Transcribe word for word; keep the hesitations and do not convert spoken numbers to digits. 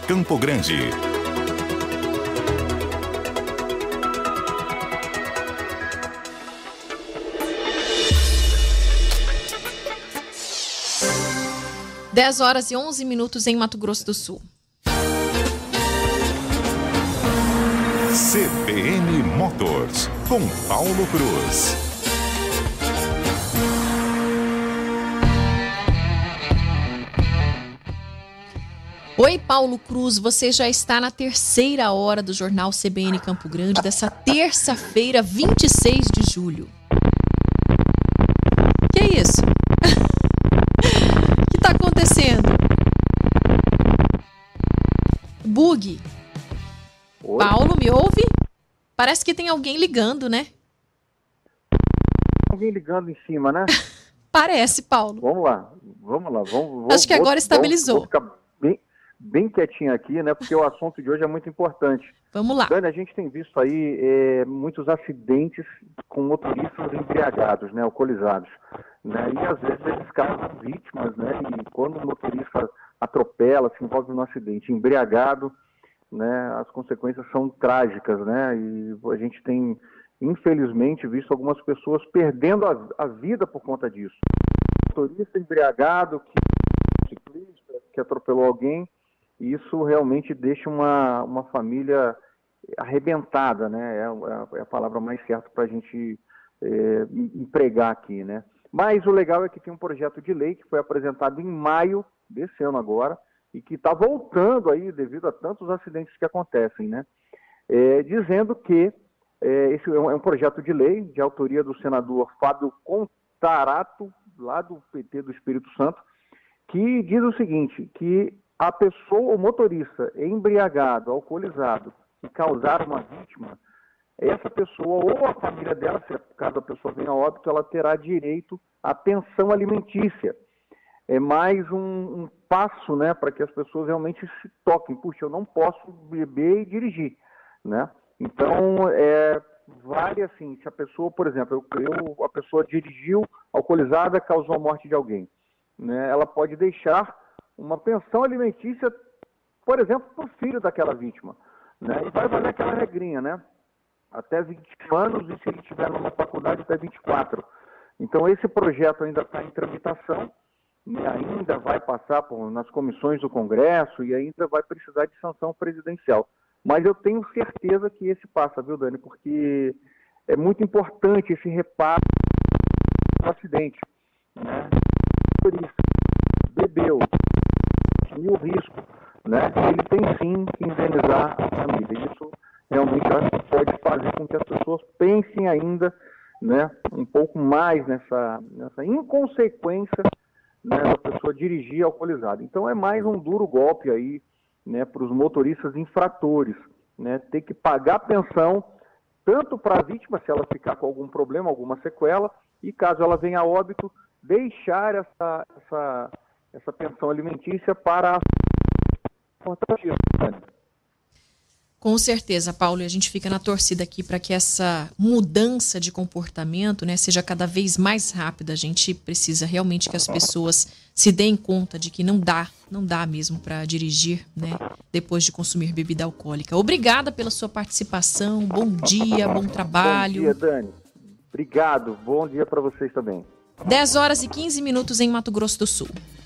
Campo Grande. dez horas e onze minutos em Mato Grosso do Sul. C B N Motors, com Paulo Cruz. Oi, Paulo Cruz, você já está na terceira hora do Jornal C B N Campo Grande, dessa terça-feira, vinte e seis de julho. Que é isso? O que está acontecendo? Bug. Oi? Paulo, me ouve? Parece que tem alguém ligando, né? Alguém ligando em cima, né? Parece, Paulo. Vamos lá, vamos lá. Vamos, Acho que vou, agora vou, estabilizou. Vou ficar bem, bem quietinho aqui, né? Porque o assunto de hoje é muito importante. Vamos lá. Dani, a gente tem visto aí é, muitos acidentes com motoristas embriagados, né? Alcoolizados. Né? E às vezes eles causam vítimas, né? E quando o motorista atropela, se envolve num acidente embriagado, né? As consequências são trágicas, né? E a gente tem, infelizmente, visto algumas pessoas perdendo a, a vida por conta disso. Motorista embriagado, que, ciclista, que atropelou alguém, isso realmente deixa uma, uma família arrebentada, né? É, é a palavra mais certa para a gente é, empregar aqui, né? Mas o legal é que tem um projeto de lei que foi apresentado em maio desse ano agora, e que está voltando aí devido a tantos acidentes que acontecem, né? É, dizendo que é, esse é um, é um projeto de lei de autoria do senador Fábio Contarato, lá do P T do Espírito Santo, que diz o seguinte, que a pessoa, o motorista embriagado, alcoolizado, que causar uma vítima, essa pessoa ou a família dela, se caso a pessoa venha a óbito, ela terá direito à pensão alimentícia. É mais um, um passo, né, para que as pessoas realmente se toquem. Puxa, eu não posso beber e dirigir, né? Então, é, vale assim, se a pessoa, por exemplo, eu, eu, a pessoa dirigiu alcoolizada, causou a morte de alguém, né? Ela pode deixar uma pensão alimentícia, por exemplo, para o filho daquela vítima, né? E vai valer aquela regrinha, né? Até vinte anos e se ele estiver numa faculdade até vinte e quatro. Então, esse projeto ainda está em tramitação, e ainda vai passar por, nas comissões do Congresso e ainda vai precisar de sanção presidencial. Mas eu tenho certeza que esse passa, viu, Dani? Porque é muito importante esse reparo do acidente, né? Por isso, bebeu, assumiu o risco, né? Ele tem sim que indenizar a família. Isso realmente eu acho que pode fazer com que as pessoas pensem ainda, né, um pouco mais nessa, nessa inconsequência, né, da pessoa dirigir alcoolizada. Então é mais um duro golpe aí, né, para os motoristas infratores, né, ter que pagar pensão tanto para a vítima, se ela ficar com algum problema, alguma sequela, e caso ela venha a óbito, deixar essa, essa, essa pensão alimentícia para a... Com certeza, Paulo, e a gente fica na torcida aqui para que essa mudança de comportamento, né, seja cada vez mais rápida. A gente precisa realmente que as pessoas se deem conta de que não dá, não dá mesmo para dirigir, né, depois de consumir bebida alcoólica. Obrigada pela sua participação, bom dia, bom trabalho. Bom dia, Dani. Obrigado, bom dia para vocês também. dez horas e quinze minutos em Mato Grosso do Sul.